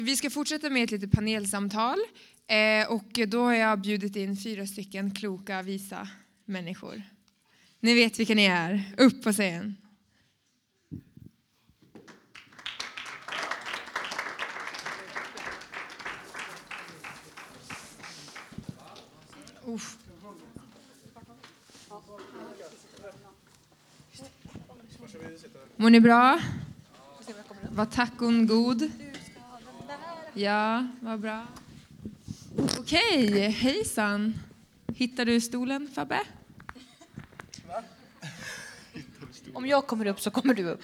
Vi ska fortsätta med ett litet panelsamtal. Och då har jag bjudit in 4 stycken kloka, visa människor. Ni vet vilka ni är. Upp på scen. Mår ni bra? Var tacon god? Ja, vad bra. Okej, hejsan. Hittar du stolen, Fabbe? Om jag kommer upp så kommer du upp.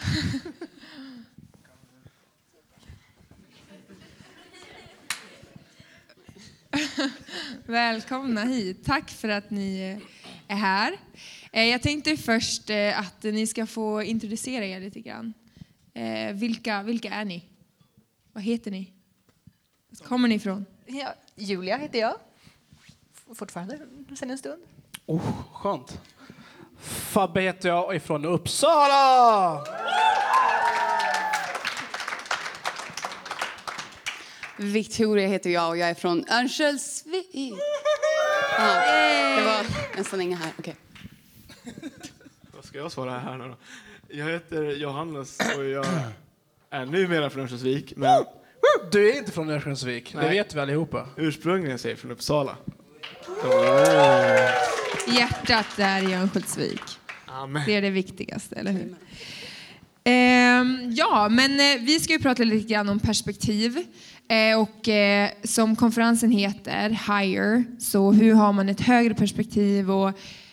Välkomna hit. Tack för att ni är här. Jag tänkte först att ni ska få introducera er lite grann. Vilka är ni? Vad heter ni? Var kommer ni ifrån? Ja, Julia heter jag. Fortfarande sen en stund. Skönt. Fabbe heter jag och är från Uppsala! Victoria heter jag och jag är från Örnsköldsvik. Det var nästan inga här. Okay. Vad ska jag svara här nu då? Jag heter Johannes och jag är numera från Örnsköldsvik. Men Du är inte från Örnsköldsvik, det vet vi allihopa. ursprungligen säger jag från Uppsala. Hjärtat är i Örnsköldsvik. Amen. Det är det viktigaste, eller hur? Vi ska ju prata lite grann om perspektiv. Som konferensen heter, Higher, så hur har man ett högre perspektiv och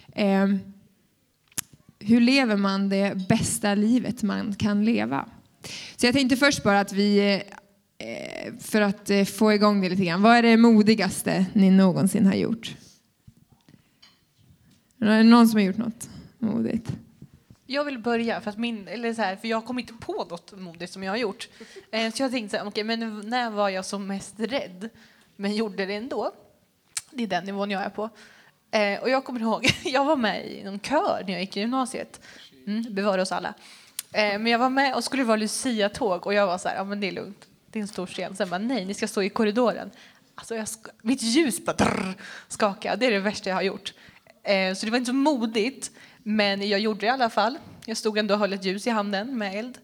hur lever man det bästa livet man kan leva? Så jag tänkte först bara att vi, för att få igång det lite grann, vad är det modigaste ni någonsin har gjort? Är det någon som har gjort något modigt? Jag vill börja för jag kom inte på något modigt som jag har gjort. Så jag tänkte så här, men när var jag som mest rädd men gjorde det ändå? Det är den nivån jag är på. Och jag kommer ihåg, jag var med i någon kör när jag gick i gymnasiet. Bevara oss alla. Men jag var med och skulle vara Lucia-tåg och jag var så här, men det är lugnt. Det är en stor scen. Sen bara, nej, ni ska stå i korridoren. Alltså mitt ljus bara skakade. Det är det värsta jag har gjort. Så det var inte så modigt. Men jag gjorde det i alla fall. Jag stod ändå och höll ett ljus i handen med eld.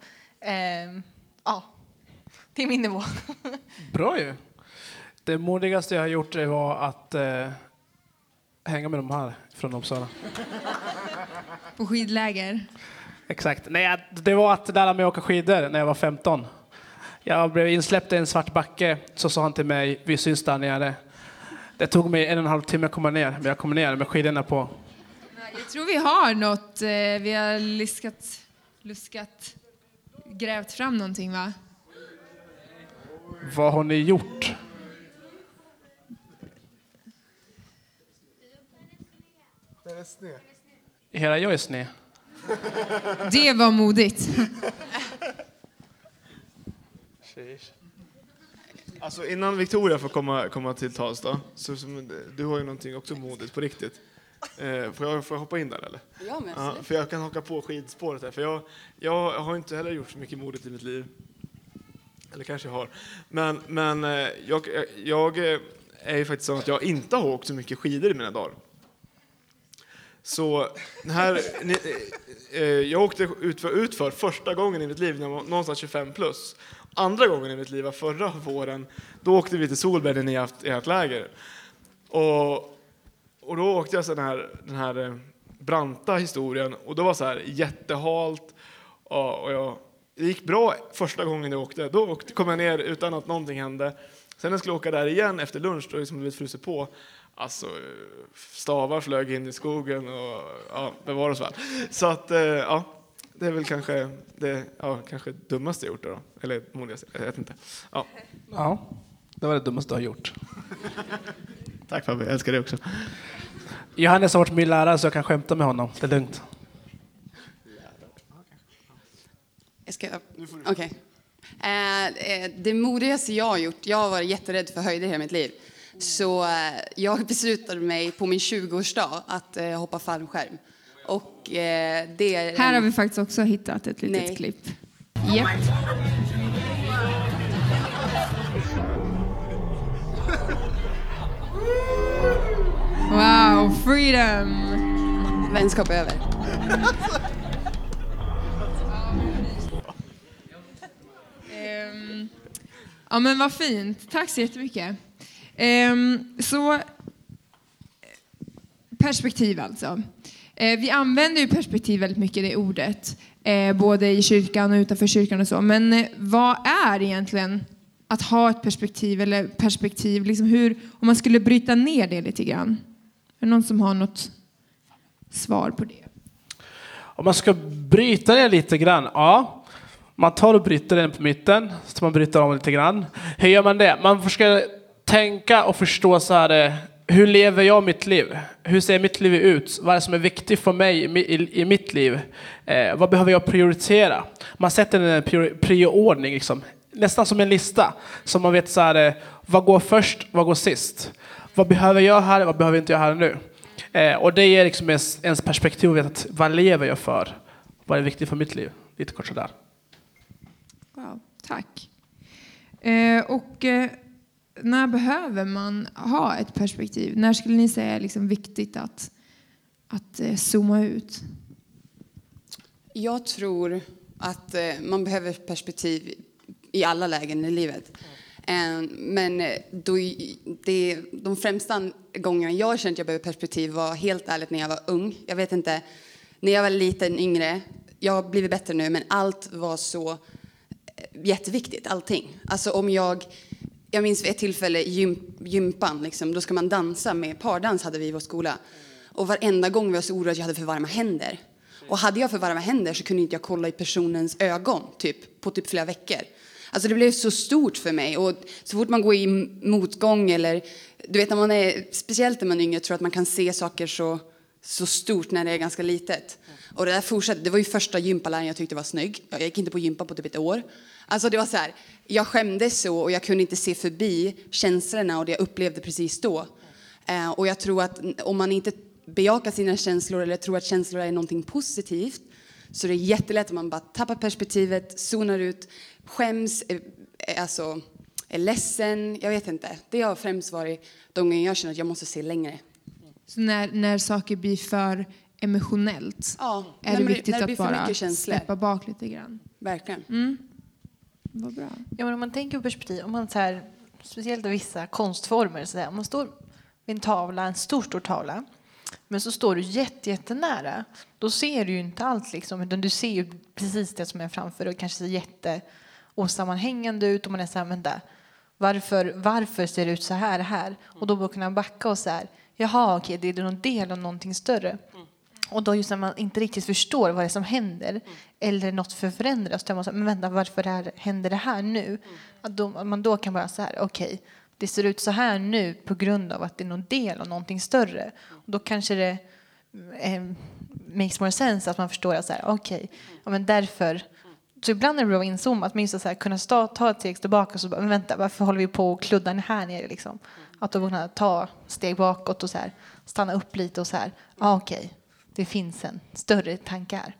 Det är min nivå. Bra ju. Det modigaste jag har gjort var att hänga med de här från Uppsala. På skidläger? Exakt. Nej, det var att lära mig åka skidor när jag var 15. Jag blev insläppt i en svart backe. Så sa han till mig, vi syns där nere. Det tog mig 1,5 timme att komma ner. Men jag kom ner med skidorna på. Jag tror vi har något. Vi har luskat, grävt fram någonting, va? Vad har ni gjort? Hela jag är sned. Det var modigt. Alltså innan Victoria får komma till tals då, så du har ju någonting också modigt på riktigt. Får jag hoppa in där eller? Ja, för jag kan haka på skidspåret här. För jag har inte heller gjort så mycket modigt i mitt liv. Eller kanske jag har. Men jag är ju faktiskt så att jag inte har åkt så mycket skidor i mina dagar. Så jag åkte utför första gången i mitt liv när jag var någonstans 25 plus. Andra gången i mitt liv var förra våren. Då åkte vi till Solberg när ni haft läger. Och då åkte jag den här branta historien. Och då var så här jättehalt. Och det gick bra första gången jag åkte. Då kom jag ner utan att någonting hände. Sen när jag skulle åka där igen efter lunch, då liksom det frusit på. Alltså, stavar flög in i skogen och bevar oss väl. Så att, det är väl kanske kanske dummaste jag gjort då. Eller modigaste, jag vet inte. Ja, det var det dummaste jag har gjort. Tack Fabbe, jag älskar det också. Johannes har varit min lärare så jag kan skämta med honom. Det är lugnt. Okej. Det modigaste jag har gjort, jag har varit jätterädd för höjder hela mitt liv. Så jag beslutade mig på min 20-årsdag att hoppa fallskärm. Och det Här har vi faktiskt också hittat ett litet klipp. Yep. Wow, freedom! Vänskap över. Ja, men vad fint. Tack så jättemycket. Så perspektiv alltså. Vi använder ju perspektiv väldigt mycket, det ordet. Både i kyrkan och utanför kyrkan och så. Men vad är egentligen att ha ett perspektiv? Eller perspektiv, liksom hur, om man skulle bryta ner det lite grann. Är det någon som har något svar på det? Om man ska bryta det lite grann, ja. Man tar och bryter den på mitten, så man bryter om lite grann. Hur gör man det? Man försöker tänka och förstå så här, hur lever jag mitt liv? Hur ser mitt liv ut? Vad är det som är viktigt för mig i mitt liv? Vad behöver jag prioritera? Man sätter en prioordning, liksom. Nästan som en lista. Så man vet så här, vad går först, vad går sist? Vad behöver jag här, vad behöver inte jag här nu? Och det ger liksom ens perspektiv, vet vad lever jag för? Vad är viktigt för mitt liv? Lite kort sådär. Wow, tack. När behöver man ha ett perspektiv? När skulle ni säga är liksom viktigt att zooma ut? Jag tror att man behöver perspektiv i alla lägen i livet. Men de främsta gångerna jag känt att jag behöver perspektiv var helt ärligt när jag var ung. Jag vet inte, när jag var liten yngre, jag har blivit bättre nu, men allt var så jätteviktigt, allting. Alltså om jag minns vid ett tillfälle gympan, liksom, då ska man dansa med pardans hade vi i vår skola. Och varenda gång var jag så orolig att jag hade för varma händer. Och hade jag för varma händer så kunde inte jag kolla i personens ögon på flera veckor. Alltså det blev så stort för mig. Och så fort man går i motgång eller du vet när man är, speciellt när man är yngre, tror att man kan se saker så stort när det är ganska litet. Och det där fortsatte. Det var ju första gympaläraren jag tyckte var snygg. Jag gick inte på gympa på typ ett år. Alltså det var så här, jag skämdes så och jag kunde inte se förbi känslorna och det jag upplevde precis då. Och jag tror att om man inte bejakar sina känslor eller tror att känslor är någonting positivt, så det är jättelätt att man bara tappar perspektivet, zonar ut, skäms, alltså är ledsen, jag vet inte. Det har främst varit de gånger jag känner att jag måste se längre. Så när saker blir för emotionellt, ja, är det viktigt när det att bara släppa bak lite grann? Verkligen. Vad bra. Ja, men om man tänker på perspektiv, om man så här, speciellt i vissa konstformer, så här, om man står vid en tavla, en stor tavla, men så står du jättenära, då ser du ju inte allt liksom, utan du ser ju precis det som är framför och kanske ser jätteosammanhängande ut och man är så här, vänta, varför ser det ut så här? Och då bör kunna backa och så här, jaha, okej, det är någon del av någonting större. Och då just när man inte riktigt förstår vad det är som händer eller något förändras, då man säger, men vänta, varför händer det här nu? Att man då kan bara så här, okej, det ser ut så här nu på grund av att det är någon del av någonting större. Och då kanske det makes more sense att man förstår att så här, okej, ja, men därför. Så ibland är det bra att inzooma, att man just så här, kunna ta ett steg tillbaka och så bara, men vänta, varför håller vi på och kluddar här nere liksom? Att då kunna ta steg bakåt och så här, stanna upp lite och så här, okej, det finns en större tanke här.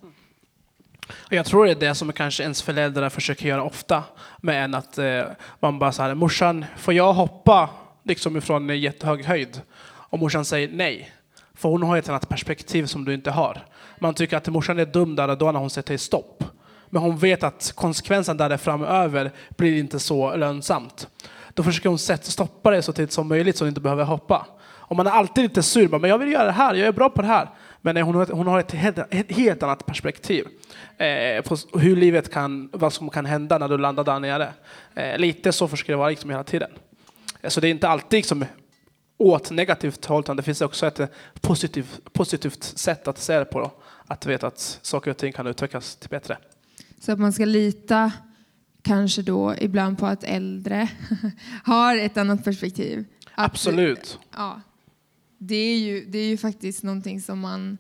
Jag tror det är det som kanske ens föräldrar försöker göra ofta, med en att man bara så här, morsan, får jag hoppa liksom ifrån en jättehög höjd? Och morsan säger nej, för hon har ett annat perspektiv som du inte har. Man tycker att morsan är dum där och då när hon sätter stopp. Men hon vet att konsekvensen där framöver blir inte så lönsamt. Då försöker hon stoppa det så tidigt som möjligt så hon inte behöver hoppa. Och man är alltid lite sur, men jag vill göra det här, jag är bra på det här. Men hon har ett helt annat perspektiv på hur livet vad som kan hända när du landar där nere. Lite så försöker det vara liksom hela tiden. Så det är inte alltid liksom åt negativt håll, utan det finns också ett positivt sätt att se det på. Då. Att veta att saker och ting kan utvecklas till bättre. Så att man ska lita kanske då ibland på att äldre har ett annat perspektiv. Absolut. Ja. Det är ju faktiskt någonting som man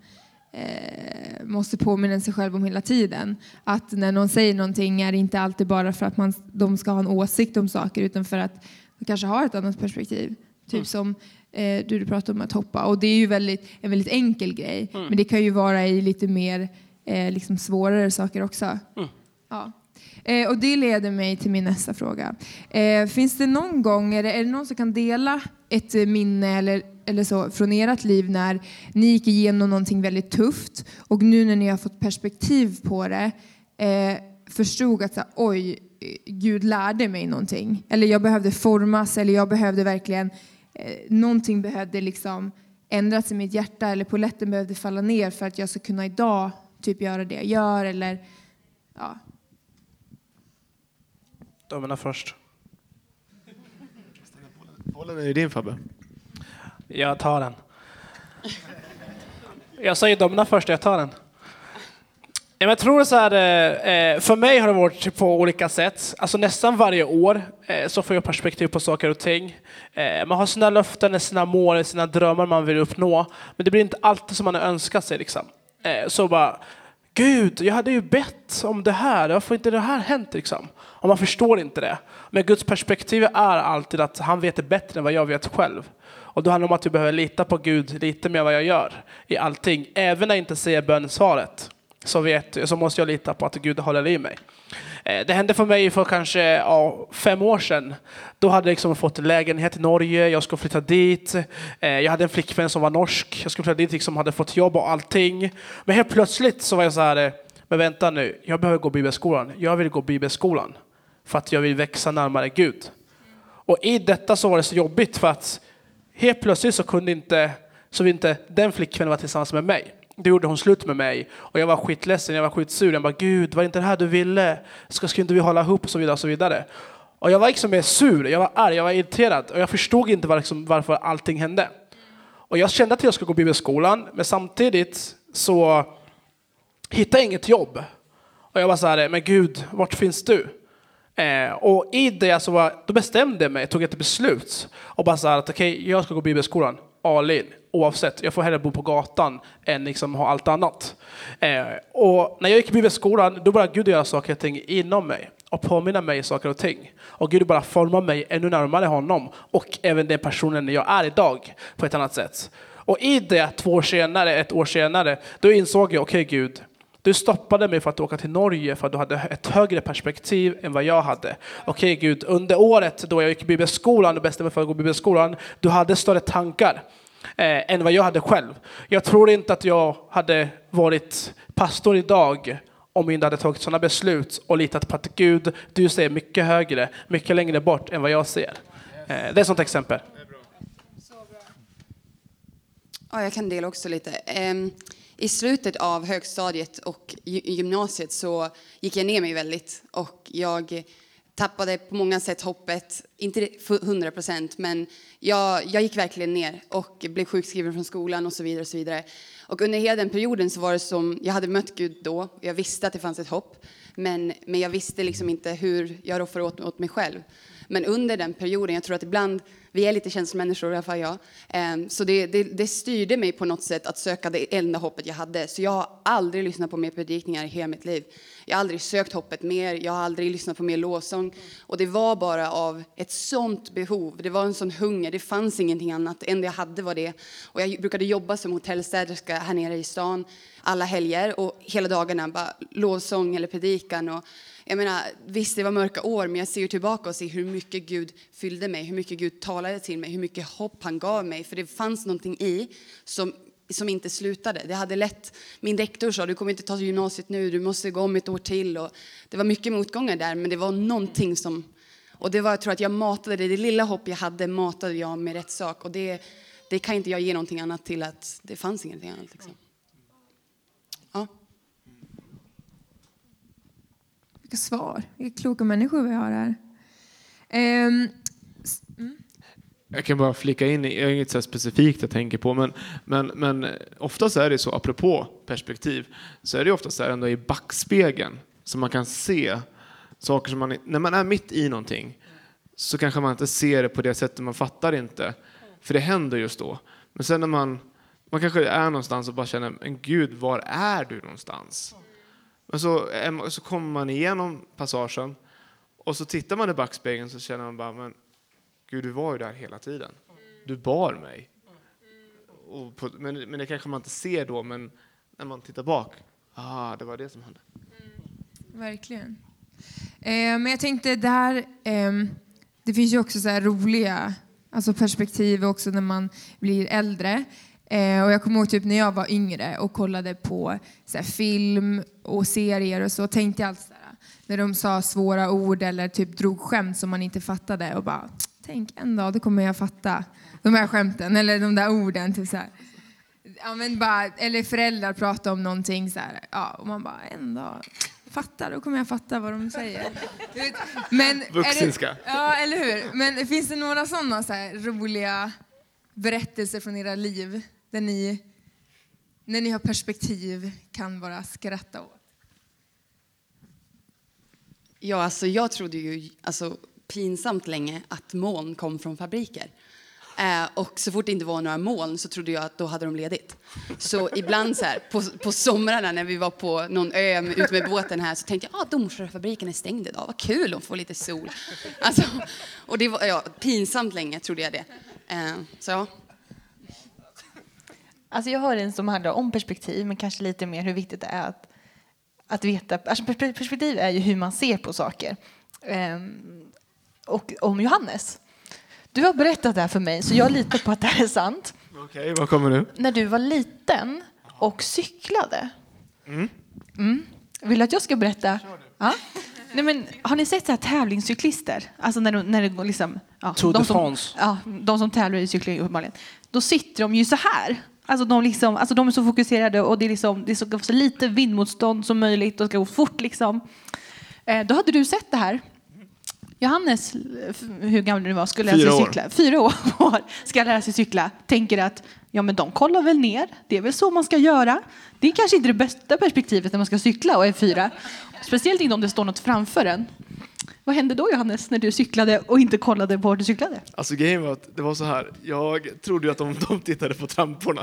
måste påminna sig själv om hela tiden. Att när någon säger någonting är det inte alltid bara för att de ska ha en åsikt om saker, utan för att de kanske har ett annat perspektiv. Typ som du pratade om att hoppa. Och det är ju en väldigt enkel grej. Men det kan ju vara i lite mer liksom svårare saker också. Ja. Och det leder mig till min nästa fråga. Finns det någon gång, är det någon som kan dela ett minne eller så från ert liv när ni gick igenom någonting väldigt tufft och nu när ni har fått perspektiv på det förstod att oj, Gud lärde mig någonting. Eller jag behövde formas, eller jag behövde verkligen någonting behövde liksom ändras i mitt hjärta, eller polletten behövde falla ner för att jag ska kunna idag typ göra det jag gör, eller ja. Damerna först. Bollen är ju din, Fabbe. Jag tar den. Jag säger damerna först, jag tar den. Jag tror så här, för mig har det varit på olika sätt. Alltså nästan varje år så får jag perspektiv på saker och ting. Man har sina löften, sina mål, sina drömmar man vill uppnå. Men det blir inte alltid som man önskar sig. Liksom. Så bara, Gud, jag hade ju bett om det här. Varför inte det här hänt? Liksom? Och man förstår inte det. Men Guds perspektiv är alltid att han vet det bättre än vad jag vet själv. Och då handlar det om att vi behöver lita på Gud lite mer än vad jag gör i allting. Även när jag inte ser bönesvaret. Så måste jag lita på att Gud håller i mig. Det hände för mig för kanske 5 år sedan. Då hade jag liksom fått lägenhet i Norge. Jag skulle flytta dit. Jag hade en flickvän som var norsk. Jag skulle flytta dit, liksom hade fått jobb och allting. Men helt plötsligt så var jag så här, men vänta nu, jag behöver gå bibelskolan. Jag vill gå bibelskolan för att jag vill växa närmare Gud. Och i detta så var det så jobbigt för att helt plötsligt så kunde inte den flickvännen vara tillsammans med mig. Då gjorde hon slut med mig. Och jag var skitledsen, jag var skitsur. Jag bara, Gud, var det inte det här du ville? Ska inte vi hålla ihop och så vidare och så vidare. Och jag var liksom mer sur, jag var arg, jag var irriterad. Och jag förstod inte varför allting hände. Och jag kände att jag skulle gå bibelskolan. Men samtidigt så hittade jag inget jobb. Och jag var så här, men Gud, vart finns du? Och i det så då bestämde jag mig, tog ett beslut. Och bara så här att okej, jag ska gå bibelskolan. All in, oavsett. Jag får hellre bo på gatan än liksom ha allt annat. Och när jag gick i bibelskolan, då började Gud göra saker och ting inom mig. Och påminna mig saker och ting. Och Gud bara formar mig ännu närmare honom. Och även den personen jag är idag på ett annat sätt. Och i det 1 år senare, då insåg jag, okej Gud, du stoppade mig för att åka till Norge för att du hade ett högre perspektiv än vad jag hade. Okej Gud, under året då jag gick i bibelskolan och bestämde mig för att gå i bibelskolan, du hade större tankar än vad jag hade själv. Jag tror inte att jag hade varit pastor idag om jag inte hade tagit sådana beslut och litat på att Gud, du ser mycket högre, mycket längre bort än vad jag ser. Det är ett sånt exempel. Ja, jag kan dela också lite. I slutet av högstadiet och gymnasiet så gick jag ner mig väldigt. Och jag tappade på många sätt hoppet. Inte 100%, men jag gick verkligen ner. Och blev sjukskriven från skolan och så vidare och så vidare. Och under hela den perioden så var det som, jag hade mött Gud då. Jag visste att det fanns ett hopp. Men jag visste liksom inte hur jag roffade åt mig själv. Men under den perioden, jag tror att ibland, vi är lite känslomänniskor i alla fall jag. Så det styrde mig på något sätt att söka det enda hoppet jag hade. Så jag har aldrig lyssnat på mer predikningar i hela mitt liv. Jag har aldrig sökt hoppet mer, jag har aldrig lyssnat på mer lovsång. Och det var bara av ett sånt behov, det var en sån hunger, det fanns ingenting annat. Det enda jag hade var det. Och jag brukade jobba som hotellstäderska här nere i stan alla helger. Och hela dagarna bara lovsång eller predikan. Och jag menar, visst det var mörka år, men jag ser tillbaka och ser hur mycket Gud fyllde mig, hur mycket Gud talade till mig, hur mycket hopp han gav mig. För det fanns någonting i som inte slutade. Det hade lätt, min rektor sa, du kommer inte ta gymnasiet nu, du måste gå om ett år till. Och det var mycket motgångar där, men det var någonting som, och det var, jag tror att jag matade det lilla hopp jag hade, matade jag med rätt sak. Och det kan inte jag ge någonting annat till, att det fanns ingenting annat liksom. Ja. Vilka svar, vilka kloka människor vi har här. Jag kan bara flika in, jag har inget så specifikt jag tänker på, men oftast är det så, apropå perspektiv, så är det ofta så här ändå i backspegeln som man kan se saker som man, när man är mitt i någonting så kanske man inte ser det på det sättet, man fattar inte, för det händer just då. Men sen när man kanske är någonstans och bara känner, men Gud, var är du någonstans? Men så kommer man igenom passagen och så tittar man i backspegeln, så känner man bara, men Gud, du var ju där hela tiden. Du bar mig. Men det kanske man inte ser då, men när man tittar bak, det var det som hände. Verkligen. Men jag tänkte där, det finns ju också så här roliga alltså perspektiv också när man blir äldre. Och jag kommer ihåg typ när jag var yngre och kollade på så här film och serier och så tänkte jag alltid så här, när de sa svåra ord eller typ drog skämt som man inte fattade och bara tänk en dag då kommer jag fatta de här skämten eller de där orden typ så här. Ja, men bara, eller föräldrar pratar om någonting så här, ja, och man bara en dag fattar, då kommer jag fatta vad de säger. Men Vuxenska. Ja, eller hur? Men finns det några sådana så här roliga berättelser från era liv där ni, när ni har perspektiv, kan bara skratta åt? Ja, alltså jag trodde ju pinsamt länge att moln kom från fabriker. Och så fort det inte var några moln så trodde jag att då hade de ledigt. Så ibland så här, på somrarna när vi var på någon ö ut med båten här så tänkte jag att Domsjöfabriken är stängd idag. Vad kul att få lite sol. Alltså, och det var pinsamt länge trodde jag det. Så ja. Alltså jag har en som handlar om perspektiv, men kanske lite mer hur viktigt det är att veta. Alltså perspektiv är ju hur man ser på saker. Och om Johannes. Du har berättat det här för mig, så jag litar på att det här är sant. Okej, vad kommer nu? När du var liten och cyklade. Vill du att jag ska berätta? Ja. Nej, men, har ni sett så här tävlingscyklister? Alltså när det går liksom... Ja, Tour de France. De som tävlar i cykling uppenbarligen. Då sitter de ju så här. Alltså de är så fokuserade och det är så lite vindmotstånd som möjligt och ska gå fort liksom. Då hade du sett det här. Johannes, hur gammal du var, skulle lära sig cykla. 4 år ska lära sig cykla. Tänker att ja, men de kollar väl ner. Det är väl så man ska göra. Det är kanske inte det bästa perspektivet när man ska cykla och är 4. Speciellt inte om det står något framför en. Vad hände då, Johannes, när du cyklade och inte kollade på var du cyklade? Alltså grejen var att det var så här. Jag trodde ju att de tittade på tramporna.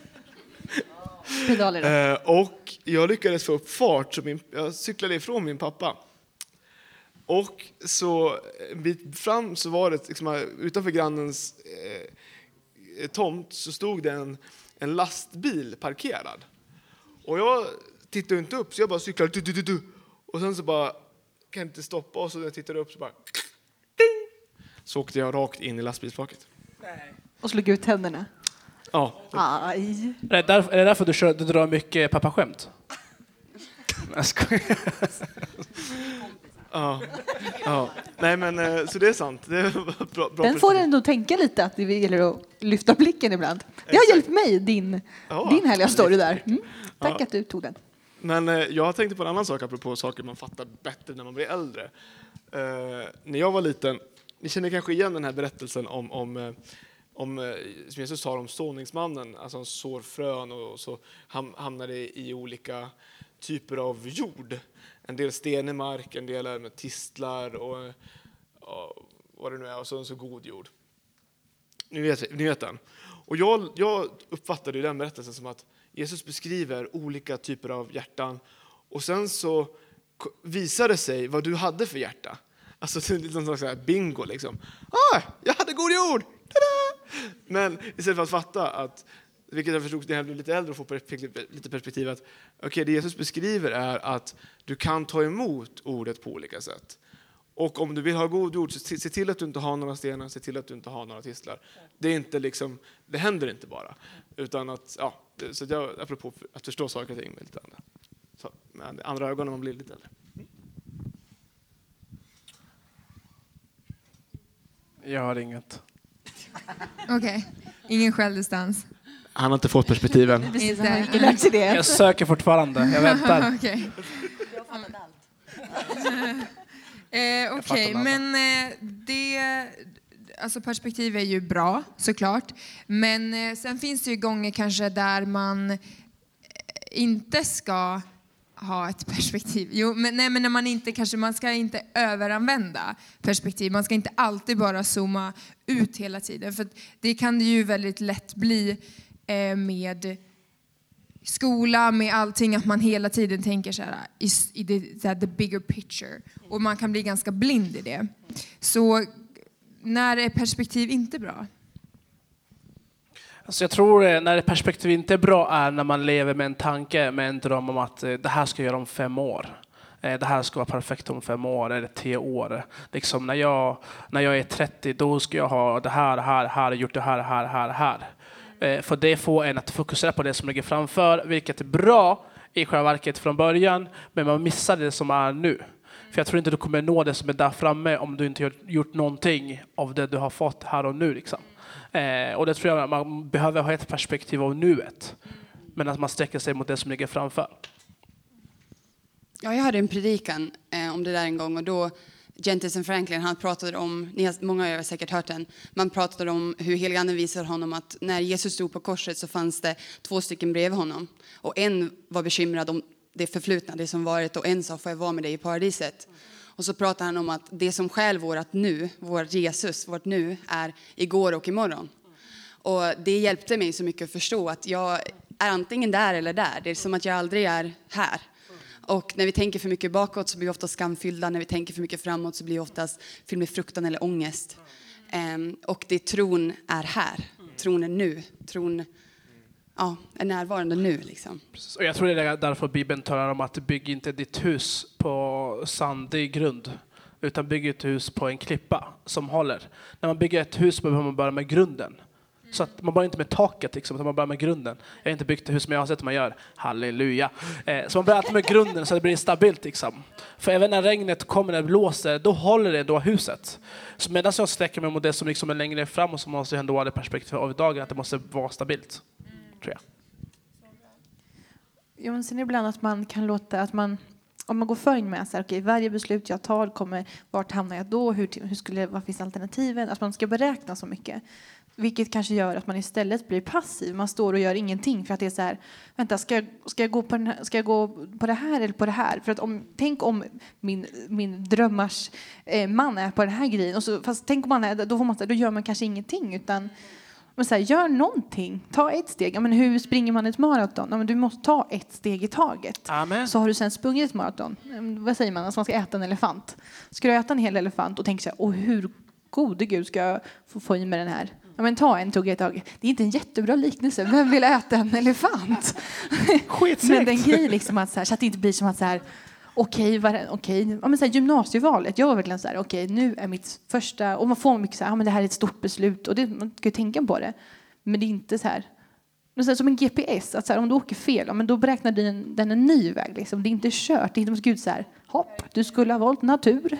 Pedaler då. Och jag lyckades få upp fart. Så jag cyklade ifrån min pappa. Och så en bit fram så var det liksom, utanför grannens tomt så stod det en lastbil parkerad. Och jag tittade inte upp så jag bara cyklade och sen så bara kan jag inte stoppa och så när jag tittade upp så bara ding! Så åkte jag rakt in i lastbilsflaket. Och slog ut tänderna. Ja. Aj. Är det därför du drar mycket pappaskämt? Jag skojar. Ja. Nej men så det är sant. Det är bra Den får ändå tänka lite att det gäller att lyfta blicken ibland. Det har hjälpt mig, din härliga story där. Tack att du tog den. Men jag tänkte på en annan sak apropå saker man fattar bättre när man blir äldre. När jag var liten, ni känner kanske igen den här berättelsen om som Jesus sa om såningsmannen, alltså han sår frön och så hamnar det i olika typer av jord. En del sten i mark, en del är med tistlar och vad det nu är, och så god jord. Ni vet den. Och jag uppfattade den berättelsen som att Jesus beskriver olika typer av hjärtan och sen så visar det sig vad du hade för hjärta. Alltså det är lite någon slags bingo liksom. Jag hade god jord! Tada! Men istället för att fatta att, vilket jag förstod när jag blev lite äldre och få lite perspektiv att det Jesus beskriver är att du kan ta emot ordet på olika sätt. Och om du vill ha god jord så se till att du inte har några stenar, se till att du inte har några tistlar. Det är inte liksom, det händer inte bara. Utan att, så jag apropå att förstå saker och ting med lite andra. Så, med andra ögon när man blir lite äldre. Jag har inget. Okej, ingen självdistans. Han har inte fått perspektiven. Precis, han har inte lärt sig det. Jag söker fortfarande. Jag väntar. Okej. Jag har fattat allt. Okej, men alltså perspektiv är ju bra såklart. Men sen finns det ju gånger kanske där man inte ska ha ett perspektiv. Men när man inte kanske, man ska inte överanvända perspektiv. Man ska inte alltid bara zooma ut hela tiden. För det kan det ju väldigt lätt bli med skola, med allting, att man hela tiden tänker så här, the bigger picture. Och man kan bli ganska blind i det. Så när är perspektiv inte bra? Alltså jag tror när perspektiv inte är bra är när man lever med en tanke, med en dröm om att det här ska jag göra om 5 år. Det här ska vara perfekt om 5 år eller 10 år. Liksom när jag är 30, då ska jag ha det här, gjort det här. För det får en att fokusera på det som ligger framför, vilket är bra i själva verket från början, men man missar det som är nu. För jag tror inte du kommer nå det som är där framme om du inte har gjort någonting av det du har fått här och nu. Liksom. Och det tror jag man behöver ha ett perspektiv av nuet. Men att man sträcker sig mot det som ligger framför. Ja, jag hörde en predikan om det där en gång och då Jentezen Franklin, han pratade om, många av er har säkert hört den, man pratade om hur heliganden visade honom att när Jesus stod på korset så fanns det 2 stycken bredvid honom. Och en var bekymrad om det förflutna, det som varit, och en sa, får jag vara med dig i paradiset? Och så pratade han om att det som själv vårt nu, vårt Jesus, vårt nu, är igår och imorgon. Och det hjälpte mig så mycket att förstå att jag är antingen där eller där. Det är som att jag aldrig är här. Och när vi tänker för mycket bakåt så blir vi ofta skamfyllda. När vi tänker för mycket framåt så blir vi oftast fylld med fruktan eller ångest. Och det tron är här. Tron är nu. Tron är närvarande nu. Liksom. Och jag tror det är därför Bibeln talar om att bygga inte ditt hus på sandig grund. Utan bygga ett hus på en klippa som håller. När man bygger ett hus behöver man börja med grunden. Så att man börjar inte med taket, liksom, utan man börjar med grunden. Jag har inte byggt ett hus, men jag har sett hur man gör. Halleluja. Så man börjar alltid med grunden så det blir stabilt. Liksom. För även när regnet kommer, när det blåser, då håller det då huset. Så medan jag sträcker mig mot det som liksom är längre fram och som måste ändå ha det perspektivet av dagen, att det måste vara stabilt. Tror jag. Ja, men sen ibland att man kan låta att man, om man går för in med så här, okej, varje beslut jag tar kommer, vart hamnar jag då, vad finns alternativen, att man ska beräkna så mycket. Vilket kanske gör att man istället blir passiv. Man står och gör ingenting för att det är så här, vänta, ska jag gå på det här eller på det här? För att tänk om min drömmars man är på den här grejen. Och så, fast tänk om man är, då gör man kanske ingenting. Utan men så här, gör någonting. Ta ett steg. Ja, men hur springer man ett maraton? Ja, men du måste ta ett steg i taget. Amen. Så har du sen sprungit ett maraton. Vad säger man? Alltså man ska äta en elefant. Ska du äta en hel elefant och tänka så här, hur gode Gud ska jag få i med den här? Ja, men ta en tugga i taget. Det är inte en jättebra liknelse. Vem vill äta en elefant? Men den grejen liksom att så att det inte blir som att så här, okej. Ja, men så här, gymnasievalet. Jag var verkligen så här, okej, nu är mitt första, och man får mycket så här, ja, men det här är ett stort beslut och man ska ju tänka på det. Men det är inte så här, men så här som en GPS, att så här, om du åker fel, ja, men då beräknar den en ny väg liksom. Det är inte kört. Det är inte Gud så här, hopp, du skulle ha valt natur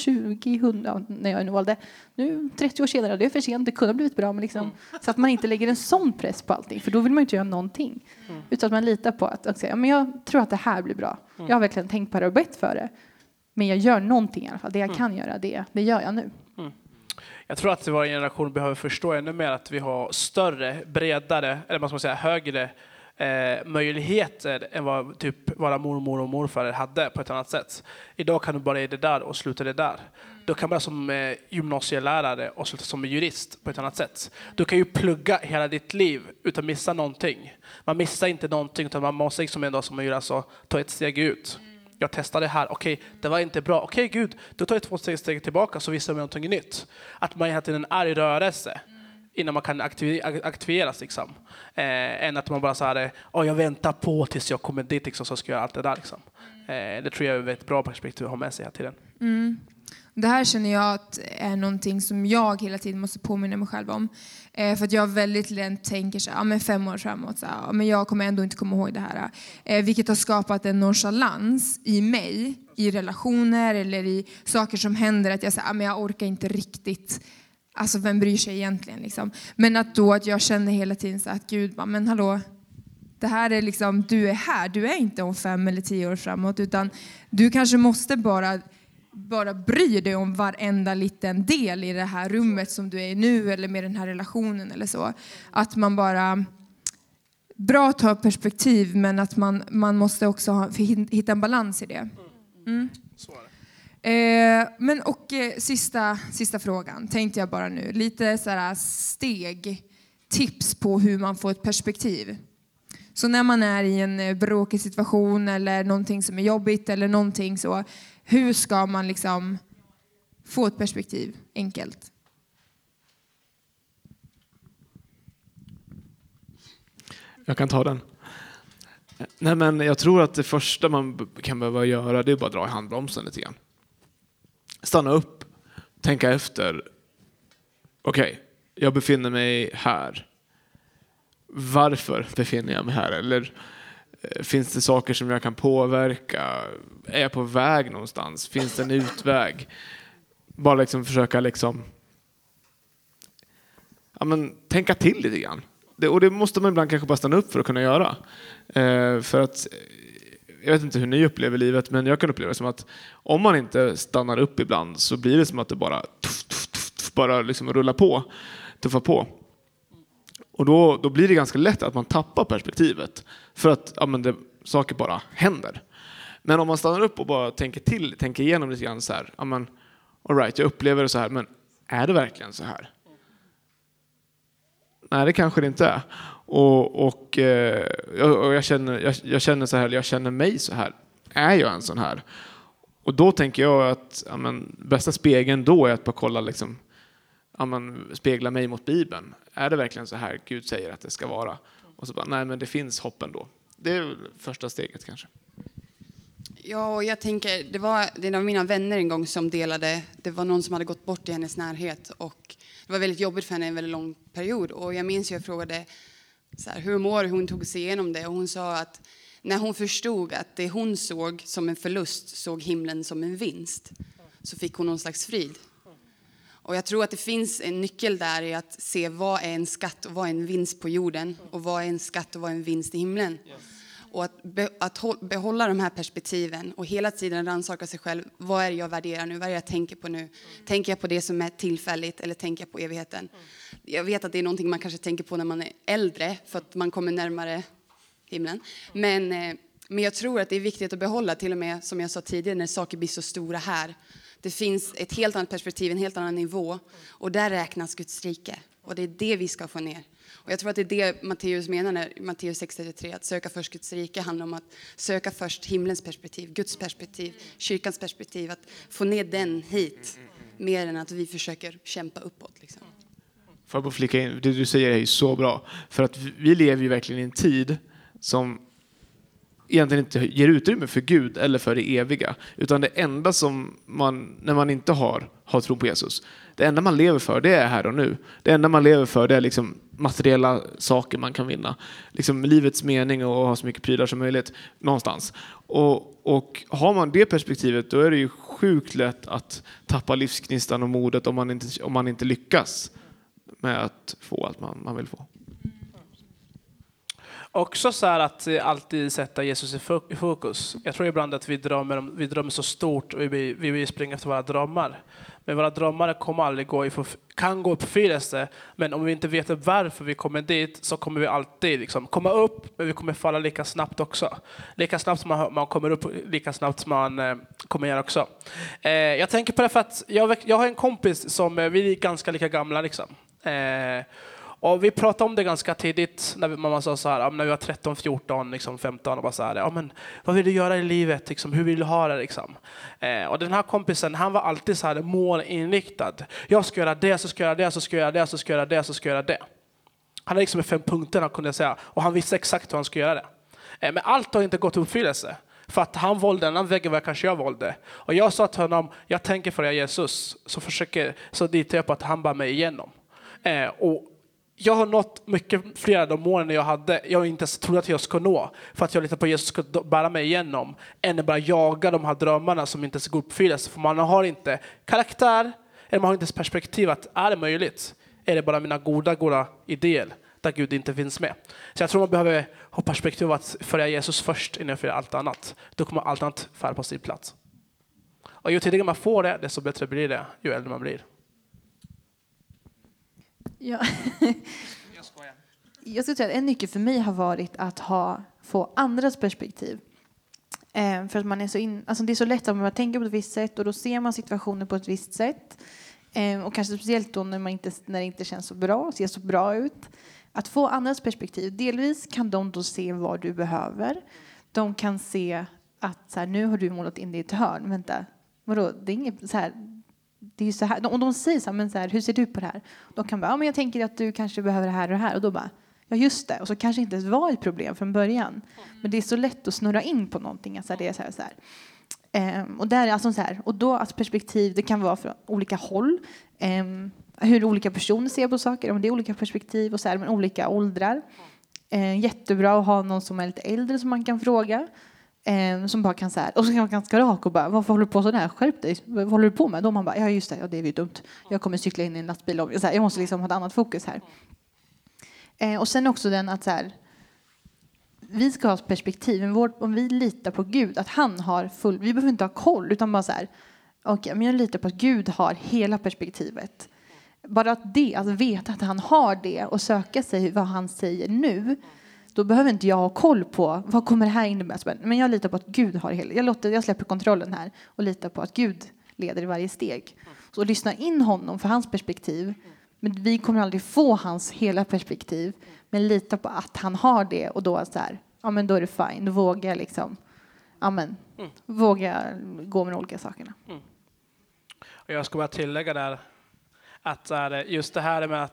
2000 när jag nu valde. Nu 30 år senare, det är för sent, det kunde ha blivit bra, men liksom, så att man inte lägger en sån press på allting, för då vill man inte göra någonting. Utan att man litar på att säga, ja, men jag tror att det här blir bra. Jag har verkligen tänkt på det och bett för det. Men jag gör någonting i alla fall. Det jag kan göra, det gör jag nu. Jag tror att vår generation behöver förstå ännu mer att vi har större, bredare, eller man ska säga högre möjligheter än vad typ våra mormor och morfar hade på ett annat sätt. Idag kan du börja i det där och sluta det där. Du kan börja som gymnasielärare och sluta som jurist på ett annat sätt. Du kan ju plugga hela ditt liv utan att missa någonting. Man missar inte någonting, utan man måste liksom en dag som man gör, alltså, ta ett steg ut. Jag testade det här, okej, det var inte bra. Okej, Gud, då tar jag 2 steg tillbaka så visar man någonting nytt. Att man hela tiden är i rörelse innan man kan aktiveras liksom. Än att man bara så här, jag väntar på tills jag kommer dit liksom, så ska jag göra allt det där liksom. Det tror jag är ett bra perspektiv att ha med sig hela tiden. Det här känner jag att är någonting som jag hela tiden måste påminna mig själv om. För att jag väldigt lätt tänker så här, men 5 år framåt, så här, men jag kommer ändå inte komma ihåg det här. Vilket har skapat en nonchalans i mig, i relationer eller i saker som händer. Att jag säger, men jag orkar inte riktigt. Alltså vem bryr sig egentligen liksom. Men att jag känner hela tiden så att Gud, men hallå. Det här är liksom, du är här. Du är inte om 5 eller 10 år framåt. Utan du kanske måste bara bry dig om varenda liten del i det här rummet som du är i nu eller med den här relationen eller så. Att man bara bra ta perspektiv, men att man måste också hitta en balans i det. Men sista frågan tänkte jag bara nu. Lite så här tips på hur man får ett perspektiv. Så när man är i en bråkig situation eller någonting som är jobbigt eller någonting så, hur ska man liksom få ett perspektiv enkelt? Jag kan ta den. Nej, men jag tror att det första man kan behöva göra, det är bara att dra i handbromsen lite grann. Stanna upp, tänka efter. Okej, jag befinner mig här. Varför befinner jag mig här? Eller finns det saker som jag kan påverka? Är jag på väg någonstans? Finns det en utväg? Bara liksom försöka liksom, tänka till lite grann. Och det måste man ibland kanske bara stanna upp för att kunna göra. För att, jag vet inte hur ni upplever livet, men jag kan uppleva det som att om man inte stannar upp ibland så blir det som att det bara liksom rullar på, tuffar på. Och då blir det ganska lätt att man tappar perspektivet. För att saker bara händer. Men om man stannar upp och bara tänker igenom lite grann så här. All right, jag upplever det så här, men är det verkligen så här? Nej, det kanske det inte är. Och jag känner så här, jag känner mig så här. Är jag en sån här? Och då tänker jag att bästa spegeln då är att bara kolla liksom, spegla mig mot Bibeln. Är det verkligen så här Gud säger att det ska vara? Och så bara, nej, men det finns hopp ändå. Det är första steget kanske. Ja, och jag tänker, det var en av mina vänner en gång som delade, det var någon som hade gått bort i hennes närhet och det var väldigt jobbigt för henne en väldigt lång period. Och jag minns jag frågade så här, hur mår hon, tog sig igenom det och hon sa att när hon förstod att det hon såg som en förlust såg himlen som en vinst, så fick hon någon slags frid. Och jag tror att det finns en nyckel där i att se vad är en skatt och vad är en vinst på jorden och vad är en skatt och vad är en vinst i himlen. Och att behålla de här perspektiven och hela tiden rannsaka sig själv. Vad är det jag värderar nu? Vad är det jag tänker på nu? Tänker jag på det som är tillfälligt eller tänker jag på evigheten? Jag vet att det är någonting man kanske tänker på när man är äldre för att man kommer närmare himlen. Men jag tror att det är viktigt att behålla, till och med som jag sa tidigare, när saker blir så stora här. Det finns ett helt annat perspektiv, en helt annan nivå. Och där räknas Guds rike. Och det är det vi ska få ner. Och jag tror att det är det Matteus menar när Matteus 6:33, att söka först Guds rike handlar om att söka först himlens perspektiv, Guds perspektiv, kyrkans perspektiv, att få ner den hit mer än att vi försöker kämpa uppåt. Liksom. Får jag bara flika in, det du säger är ju så bra. För att vi lever ju verkligen i en tid som egentligen inte ger utrymme för Gud eller för det eviga. Utan det enda som när man inte har tro på Jesus, det enda man lever för, det är här och nu. Det enda man lever för, det är liksom materiella saker man kan vinna. Liksom livets mening och ha så mycket prylar som möjligt någonstans. Och har man det perspektivet, då är det ju sjukt lätt att tappa livsknistan och modet om man inte lyckas med att få allt man vill få. Också så här att alltid sätta Jesus i fokus. Jag tror ibland att vi drömmer så stort och vi vill springa efter våra drömmar. Men våra drömmar kommer aldrig kan gå i uppfyllelse. Men om vi inte vet varför vi kommer dit, så kommer vi alltid liksom komma upp, men vi kommer falla lika snabbt också. Lika snabbt som man kommer upp, lika snabbt som man kommer ner också. Jag tänker på det för att jag har en kompis som vi är ganska lika gamla liksom. Och vi pratade om det ganska tidigt när mamma sa så här, när vi var 13, 14, liksom 15 och bara så här, men vad vill du göra i livet liksom, hur vill du ha det liksom? Och den här kompisen, han var alltid så här målinriktad. Jag ska göra det, så ska jag göra det, så ska jag göra det, så ska jag göra det, så ska jag göra det. Han hade liksom 5 punkter, kunde jag säga, och han visste exakt hur han skulle göra det. Men allt har inte gått till uppfyllelse. För att han valde en annan väg än vad kanske jag valde. Och jag sa till honom, jag tänker följa Jesus, så litar jag på att han bär mig igenom. Och jag har nått mycket fler av de målen jag inte ens trodde att jag skulle nå. För att jag litar på att Jesus ska bära mig igenom. Än att bara jaga de här drömmarna som inte ska uppfyllas. För man har inte karaktär. Eller man har inte perspektiv att är det möjligt? Är det bara mina goda idéer där Gud inte finns med? Så jag tror man behöver ha perspektiv att följa Jesus först innan för allt annat. Då kommer allt annat färre på sin plats. Och ju tidigare man får det, desto bättre blir det ju äldre man blir. Ja. Jag skulle säga att en nyckel för mig har varit att få andras perspektiv. För att man är så det är så lätt att man tänker på ett visst sätt och då ser man situationen på ett visst sätt. Och kanske speciellt då när det inte känns så bra, ser så bra ut. Att få andras perspektiv. Delvis kan de då se vad du behöver. De kan se att så här, nu har du målat in det i ett hörn. Vänta, vadå? Det är inget så här. Det är ju så här. Om de säger så här, men så här, hur ser du på det här? Då kan bara, men jag tänker att du kanske behöver det här och det här. Och då bara, ja just det, och så kanske inte ens var ett problem från början. Men det är så lätt att snurra in på någonting, alltså det är så här. Och där är alltså så här, och då alltså perspektiv, det kan vara från olika håll. Hur olika personer ser på saker, om det är olika perspektiv och så här, men olika åldrar. Jättebra att ha någon som är lite äldre som man kan fråga. Som bara kan så här, och så kan man ganska rak och bara, varför håller du på så där? Skärp dig, vad håller du på med? Då man bara, ja just det, ja, det är ju dumt. Jag kommer cykla in i en lastbil och så här, jag måste liksom ha ett annat fokus här. Och sen också den att så här, vi ska ha perspektiv, om vi litar på Gud, att han har full, vi behöver inte ha koll, utan bara så här, okej, men jag litar på att Gud har hela perspektivet. Bara att veta att han har det och söka sig vad han säger nu, då behöver inte jag ha koll på vad kommer det här innebära. Men jag litar på att Gud har hela. Jag släpper kontrollen här och litar på att Gud leder i varje steg. Så lyssna in honom för hans perspektiv. Men vi kommer aldrig få hans hela perspektiv. Men lita på att han har det, och då så här, ja men då är det fine. Då vågar jag liksom, våga gå med de olika sakerna. Och jag ska bara tillägga där att just det här med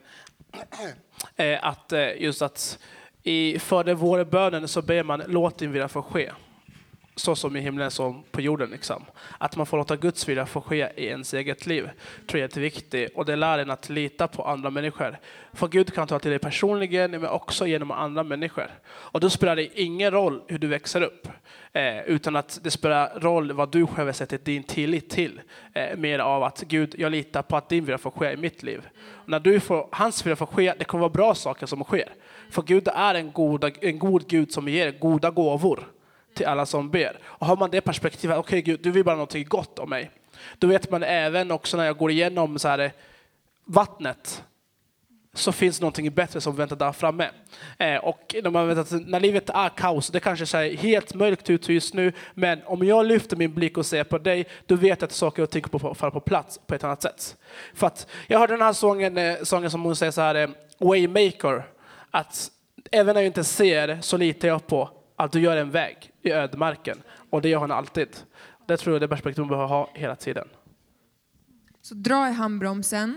att just att för den våra bönen så ber man, låt din vilja få ske. Så som i himlen som på jorden liksom. Att man får låta Guds vilja få ske i ens eget liv tror jag är jätteviktigt. Och det lär en att lita på andra människor. För Gud kan ta till dig personligen, men också genom andra människor. Och då spelar det ingen roll hur du växer upp. Utan att det spelar roll vad du själv sätter din tillit till. Mer av att Gud, jag litar på att din vilja får ske i mitt liv. Och när du får hans vilja få ske, det kommer vara bra saker som sker. För Gud är en god Gud som ger goda gåvor till alla som ber. Och har man det perspektivet, okej Gud, du vill bara något gott om mig. Då vet man även också när jag går igenom så här, vattnet, så finns någonting bättre som väntar där framme. Och när man vet att när livet är kaos, det kanske ser helt mörkt ut just nu, men om jag lyfter min blick och ser på dig, då vet jag att saker och ting faller på plats på ett annat sätt. För att jag hörde den här sången som hon säger så här, Waymaker, att även när jag inte ser så litar jag på att du gör en väg i ödemarken. Och det gör han alltid. Det tror jag det perspektivet man behöver ha hela tiden. Så dra i handbromsen.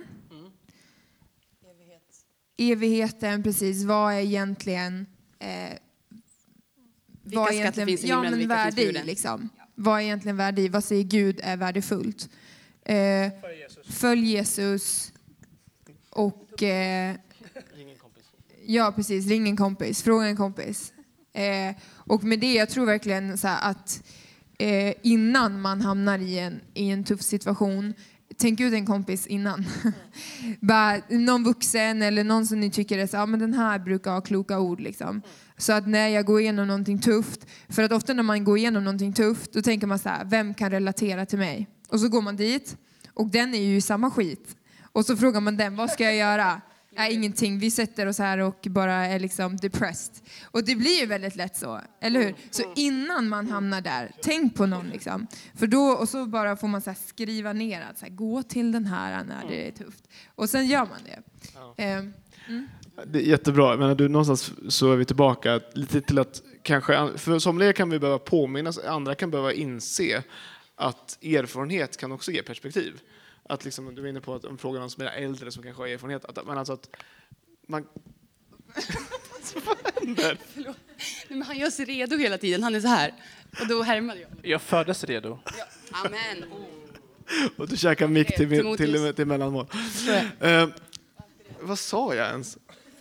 Evigheten, precis. Vad är egentligen Vilka skatter finns i himlen och vilka finns i jorden? Liksom. Vad är egentligen värde i? Vad säger Gud är värdefullt? Följ Jesus. Och ja, precis. Ring en kompis. Fråga en kompis. Och med det, jag tror verkligen så här att innan man hamnar i en tuff situation, tänk ut en kompis innan. Bara någon vuxen eller någon som ni tycker är så, ja men den här brukar ha kloka ord liksom. Så att när jag går igenom någonting tufft, för att ofta när man går igenom någonting tufft, då tänker man så här, vem kan relatera till mig? Och så går man dit och den är ju i samma skit. Och så frågar man den, vad ska jag göra? Ingenting. Vi sätter oss här och bara är liksom depressed. Och det blir ju väldigt lätt så, eller hur? Så innan man hamnar där, tänk på någon liksom. För då, och så bara får man så här skriva ner att så här, gå till den här när det är tufft. Och sen gör man det. Det är jättebra. Jag menar, någonstans så är vi tillbaka lite till att kanske, för somliga kan vi behöva påminnas, andra kan behöva inse att erfarenhet kan också ge perspektiv. Att liksom, du är inne på att om frågan om som är äldre som kanske har erfarenhet, men alltså att man Förlåt. Men han gör sig redo hela tiden. Han är så här. Och då härmade jag. Jag föddes redo. Ja. Amen. Och du käkar mick till mellanmål. Vad sa jag ens?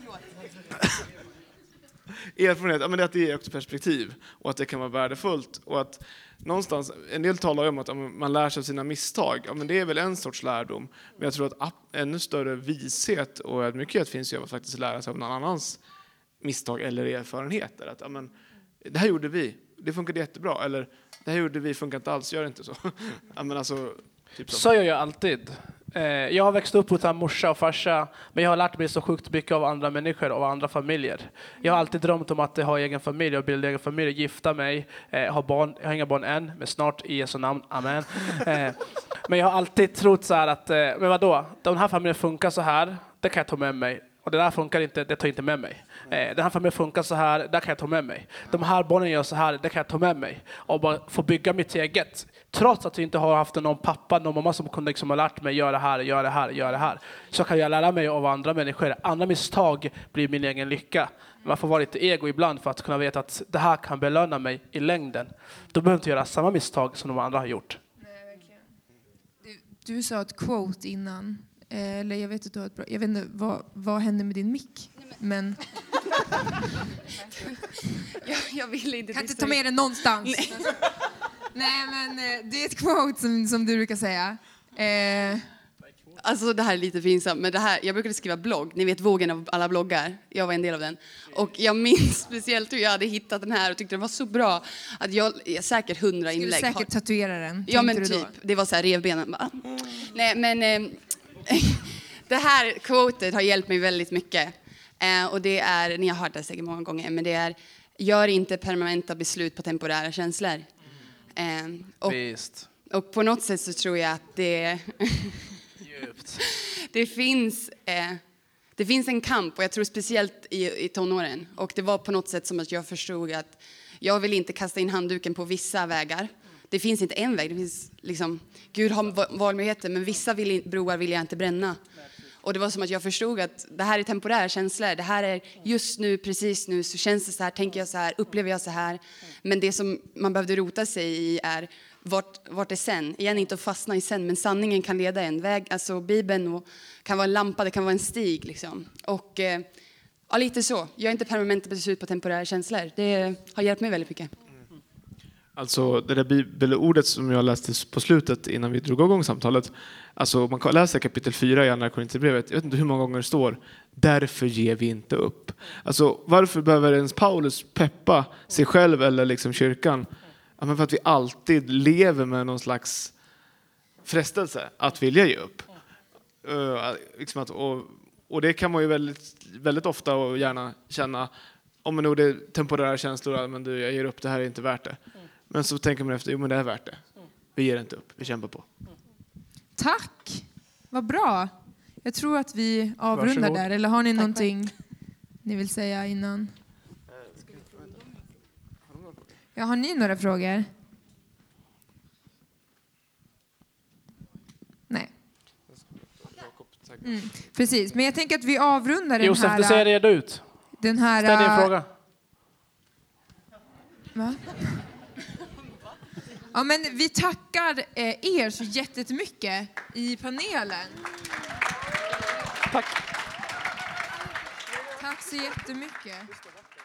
Erfarenhet, ja, men det är att det är också perspektiv och att det kan vara värdefullt och att någonstans, en del talar ju om att man lär sig av sina misstag, ja, men det är väl en sorts lärdom, men jag tror att ännu större vishet och ödmjukhet finns ju av att faktiskt lära sig av någon annans misstag eller erfarenheter, att ja, men, det här gjorde vi, det funkade jättebra, eller det här gjorde vi, funkar inte alls, gör inte så. Ja, men alltså, typ så gör jag alltid. Jag har växt upp utan morsa och farsa, men jag har lärt mig så sjukt mycket av andra människor och andra familjer. Jag har alltid drömt om att ha egen familj och bilda egen familj, gifta mig, ha barn. Jag har inga barn än, men snart i Jesu namn, amen. Men jag har alltid trott så här att, men vadå, den här familjen funkar så här, det kan jag ta med mig. Och det där funkar inte, det tar inte med mig. Den här familjen funkar så här, det kan jag ta med mig. De här barnen gör så här, det kan jag ta med mig. Och bara få bygga mitt eget Trots att jag inte har haft någon pappa, någon mamma som kunde liksom ha lärt mig göra det här. Så kan jag lära mig av andra människor. Andra misstag blir min egen lycka. Man får vara lite ego ibland för att kunna veta att det här kan belöna mig i längden. Då behöver jag inte göra samma misstag som de andra har gjort. Nej, verkligen. Du sa ett quote innan. Eller jag vet inte, jag vet inte vad hände med din mick. Men Jag vill inte... kan inte ta med den någonstans. Nej, men det är ett quote som du brukar säga. Alltså det här är lite pinsamt, men jag brukade skriva blogg. Ni vet vågen av alla bloggar. Jag var en del av den. Och jag minns speciellt hur jag hade hittat den här och tyckte den var så bra att jag säkert 100 inlägg. Skulle säkert tatuera den. Ja, men typ. Det var så här revbenen. Bara. Nej, men det här quotet har hjälpt mig väldigt mycket. Och det är, ni har hört det säkert många gånger, men det är: gör inte permanenta beslut på temporära känslor. Och på något sätt så tror jag att det finns en kamp, och jag tror speciellt i tonåren. Och det var på något sätt som att jag förstod att jag vill inte kasta in handduken på vissa vägar. Det finns inte en väg, det finns liksom, Gud har valmöjligheter, men vissa broar vill jag inte bränna. Och det var som att jag förstod att det här är temporära känslor. Det här är just nu, precis nu, så känns det så här, tänker jag så här, upplever jag så här. Men det som man behövde rota sig i är vart är sen? Igen, inte att fastna i sen, men sanningen kan leda en väg. Alltså Bibeln kan vara en lampa, det kan vara en stig liksom. Och ja, lite så. Jag är inte permanent beslut på temporära känslor. Det har hjälpt mig väldigt mycket. Alltså det där bibelordet som jag läste på slutet innan vi drog igång samtalet. Alltså man kan läsa kapitel 4 i andra Korinthierbrevet. Jag vet inte hur många gånger det står: därför ger vi inte upp. Alltså varför behöver ens Paulus peppa sig själv eller liksom kyrkan? Ja, men för att vi alltid lever med någon slags frestelse att vilja ge upp. Och det kan man ju väldigt, väldigt ofta och gärna känna. Om det är temporära känslor, men jag ger upp, det här är inte värt det. Men så tänker man efter, jo men det är värt det. Vi ger inte upp, vi kämpar på. Tack, vad bra. Jag tror att vi avrundar Varsågod. där. Eller har ni någonting ni vill säga innan? Ja, har ni några frågor? Nej. Precis, men jag tänker att vi avrundar den Josef, här... du ser redo ut. Den här... Ställ din fråga. Va? Ja, men vi tackar er så jättemycket i panelen. Tack. Tack så jättemycket.